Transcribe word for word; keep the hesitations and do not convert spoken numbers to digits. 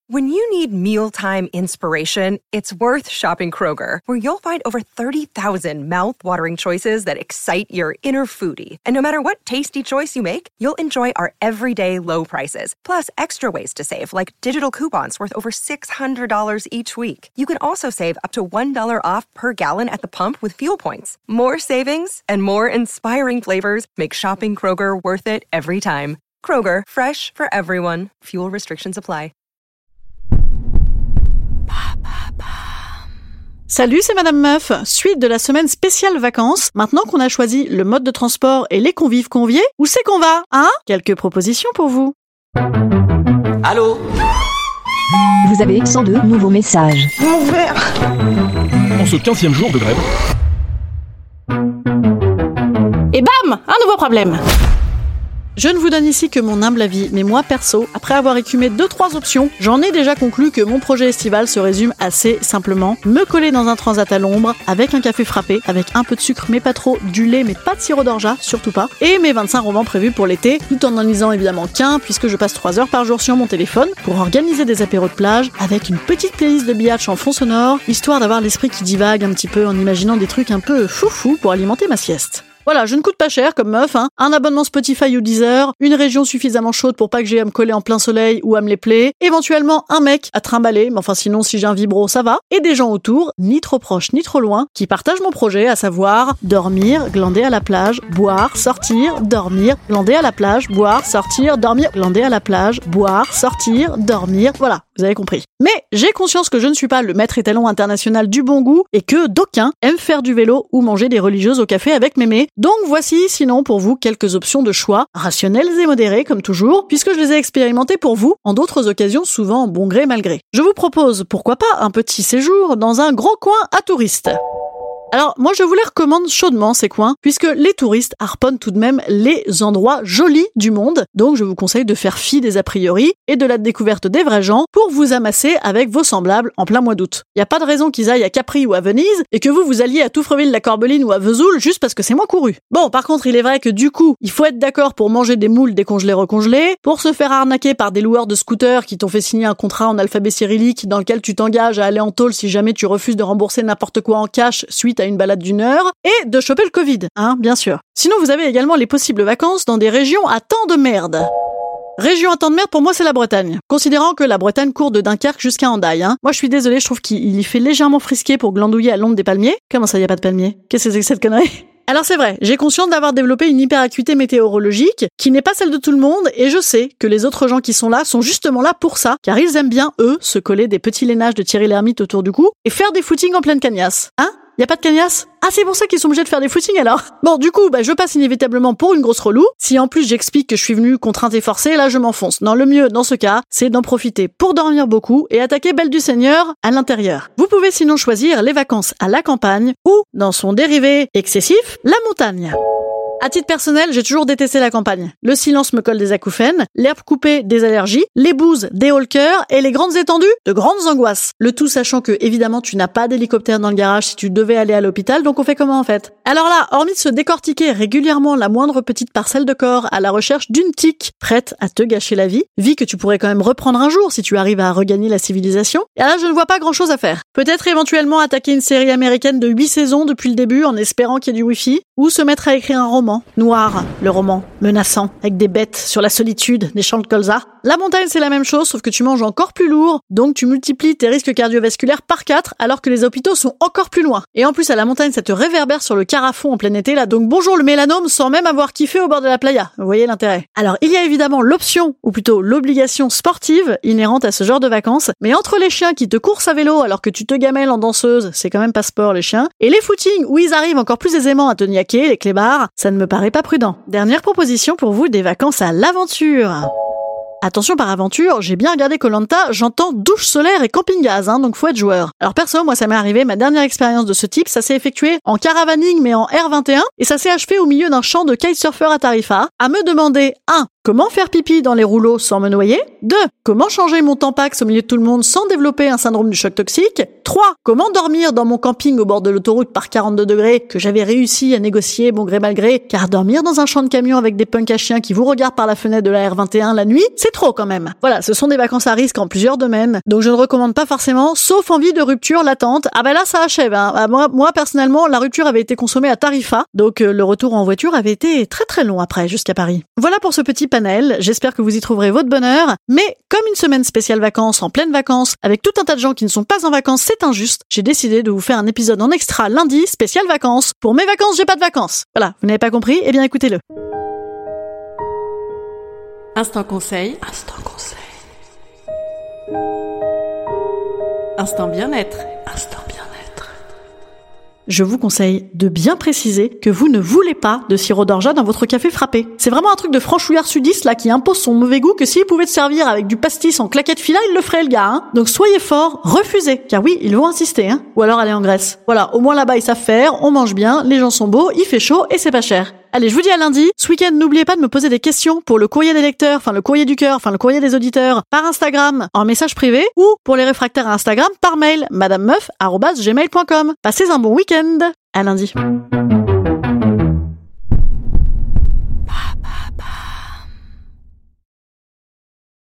When you need mealtime inspiration, it's worth shopping Kroger, where you'll find over thirty thousand mouth-watering choices that excite your inner foodie. And no matter what tasty choice you make, you'll enjoy our everyday low prices, plus extra ways to save, like digital coupons worth over six hundred dollars each week. You can also save up to one dollar off per gallon at the pump with fuel points. More savings and more inspiring flavors make shopping Kroger worth it every time. Kroger, fresh for everyone. Fuel restrictions apply. Salut, c'est Madame Meuf. Suite de la semaine spéciale vacances. Maintenant qu'on a choisi le mode de transport et les convives conviés, où c'est qu'on va, hein? Quelques propositions pour vous. Allô? Vous avez cent deux nouveaux messages. Mon verre. En ce quinzième jour de grève. Et bam! Un nouveau problème. Je ne vous donne ici que mon humble avis, mais moi perso, après avoir écumé deux trois options, j'en ai déjà conclu que mon projet estival se résume assez simplement me coller dans un transat à l'ombre, avec un café frappé, avec un peu de sucre mais pas trop, du lait mais pas de sirop d'orgeat, surtout pas, et mes vingt-cinq romans prévus pour l'été, tout en en lisant évidemment qu'un, puisque je passe trois heures par jour sur mon téléphone, pour organiser des apéros de plage, avec une petite playlist de billage en fond sonore, histoire d'avoir l'esprit qui divague un petit peu en imaginant des trucs un peu foufou pour alimenter ma sieste. Voilà, je ne coûte pas cher comme meuf, hein. Un abonnement Spotify ou Deezer, une région suffisamment chaude pour pas que j'ai à me coller en plein soleil ou à me les plaire, éventuellement un mec à trimballer, mais enfin sinon si j'ai un vibro ça va, et des gens autour, ni trop proches ni trop loin, qui partagent mon projet, à savoir dormir, glander à la plage, boire, sortir, dormir, glander à la plage, boire, sortir, dormir, glander à la plage, boire, sortir, dormir, voilà, vous avez compris. Mais j'ai conscience que je ne suis pas le maître étalon international du bon goût et que d'aucuns aiment faire du vélo ou manger des religieuses au café avec mémé. Donc voici sinon pour vous quelques options de choix, rationnelles et modérées comme toujours, puisque je les ai expérimentées pour vous en d'autres occasions, souvent en bon gré mal gré. Je vous propose, pourquoi pas, un petit séjour dans un grand coin à touristes. Alors, moi, je vous les recommande chaudement, ces coins, puisque les touristes harponnent tout de même les endroits jolis du monde. Donc, je vous conseille de faire fi des a priori et de la découverte des vrais gens pour vous amasser avec vos semblables en plein mois d'août. Y a pas de raison qu'ils aillent à Capri ou à Venise et que vous, vous alliez à Touffreville-la-Corbeline ou à Vesoul juste parce que c'est moins couru. Bon, par contre, il est vrai que du coup, il faut être d'accord pour manger des moules décongelés recongelés, pour se faire arnaquer par des loueurs de scooters qui t'ont fait signer un contrat en alphabet cyrillique dans lequel tu t'engages à aller en tôle si jamais tu refuses de rembourser n'importe quoi en cash suite à une balade d'une heure, et de choper le Covid, hein, bien sûr. Sinon, vous avez également les possibles vacances dans des régions à temps de merde. Région à temps de merde, pour moi, c'est la Bretagne. Considérant que la Bretagne court de Dunkerque jusqu'à Hendaye, hein. Moi, je suis désolée, je trouve qu'il y fait légèrement frisqué pour glandouiller à l'ombre des palmiers. Comment ça, y a pas de palmiers? Qu'est-ce que c'est que cette connerie? Alors c'est vrai, j'ai conscience d'avoir développé une hyperacuité météorologique qui n'est pas celle de tout le monde, et je sais que les autres gens qui sont là sont justement là pour ça, car ils aiment bien, eux, se coller des petits lainages de Thierry Lhermitte autour du cou et faire des footings en pleine cagnasse. Hein? Y a pas de cagnasse? Ah, c'est pour ça qu'ils sont obligés de faire des footings alors. Bon, du coup, bah, je passe inévitablement pour une grosse relou. Si en plus j'explique que je suis venue contrainte et forcée, là je m'enfonce. Non, le mieux dans ce cas, c'est d'en profiter pour dormir beaucoup et attaquer Belle du Seigneur à l'intérieur. Vous pouvez sinon choisir les vacances à la campagne ou, dans son dérivé excessif, la montagne. À titre personnel, j'ai toujours détesté la campagne. Le silence me colle des acouphènes, l'herbe coupée des allergies, les bouses des hauts le cœur et les grandes étendues de grandes angoisses. Le tout sachant que, évidemment, tu n'as pas d'hélicoptère dans le garage si tu devais aller à l'hôpital, donc on fait comment en fait? Alors là, hormis de se décortiquer régulièrement la moindre petite parcelle de corps à la recherche d'une tique prête à te gâcher la vie, vie que tu pourrais quand même reprendre un jour si tu arrives à regagner la civilisation, et là je ne vois pas grand chose à faire. Peut-être éventuellement attaquer une série américaine de huit saisons depuis le début en espérant qu'il y ait du wifi, ou se mettre à écrire un roman. Noir, le roman, menaçant, avec des bêtes sur la solitude, des champs de colza. La montagne, c'est la même chose, sauf que tu manges encore plus lourd, donc tu multiplies tes risques cardiovasculaires par quatre, alors que les hôpitaux sont encore plus loin. Et en plus, à la montagne, ça te réverbère sur le carafon en plein été, là, donc bonjour le mélanome sans même avoir kiffé au bord de la playa. Vous voyez l'intérêt. Alors, il y a évidemment l'option, ou plutôt l'obligation sportive, inhérente à ce genre de vacances, mais entre les chiens qui te coursent à vélo alors que tu te gamelles en danseuse, c'est quand même pas sport les chiens, et les footings où ils arrivent encore plus aisément à te niaquer, les clébards, ça ne me paraît pas prudent. Dernière proposition pour vous, des vacances à l'aventure. Attention, par aventure, j'ai bien regardé Koh-Lanta, j'entends douche solaire et camping-gaz, hein, donc faut être joueur. Alors perso, moi ça m'est arrivé, ma dernière expérience de ce type, ça s'est effectué en caravaning mais en R vingt et un, et ça s'est achevé au milieu d'un champ de kitesurfers à Tarifa, à me demander, un, Comment faire pipi dans les rouleaux sans me noyer? deux. Comment changer mon Tampax au milieu de tout le monde sans développer un syndrome du choc toxique? trois. Comment dormir dans mon camping au bord de l'autoroute par quarante-deux degrés que j'avais réussi à négocier bon gré mal gré, car dormir dans un champ de camion avec des punks à chiens qui vous regardent par la fenêtre de la R vingt et un la nuit, c'est trop quand même. Voilà, ce sont des vacances à risque en plusieurs domaines, donc je ne recommande pas forcément, sauf envie de rupture latente. Ah ben là, ça achève. Hein. Ah, moi, moi, personnellement, la rupture avait été consommée à Tarifa, donc euh, le retour en voiture avait été très très long après, jusqu'à Paris. Voilà pour ce petit panel, j'espère que vous y trouverez votre bonheur, mais comme une semaine spéciale vacances, en pleine vacances, avec tout un tas de gens qui ne sont pas en vacances, c'est injuste, j'ai décidé de vous faire un épisode en extra lundi, spécial vacances. Pour mes vacances, j'ai pas de vacances. Voilà, vous n'avez pas compris? Eh bien écoutez-le. Instant conseil. Instant conseil. Instant bien-être. Instant bien-être. Je vous conseille de bien préciser que vous ne voulez pas de sirop d'orgeat dans votre café frappé. C'est vraiment un truc de franchouillard sudiste là qui impose son mauvais goût que s'il pouvait te servir avec du pastis en claquettes fila, il le ferait le gars. Hein. Donc soyez forts, refusez, car oui, ils vont insister. Hein. Ou alors allez en Grèce. Voilà, au moins là-bas ils savent faire, on mange bien, les gens sont beaux, il fait chaud et c'est pas cher. Allez, je vous dis à lundi. Ce week-end, n'oubliez pas de me poser des questions pour le courrier des lecteurs, enfin le courrier du cœur, enfin le courrier des auditeurs, par Instagram, en message privé, ou pour les réfractaires à Instagram, par mail, madamemeuf arobase gmail point com. Passez un bon week-end. À lundi.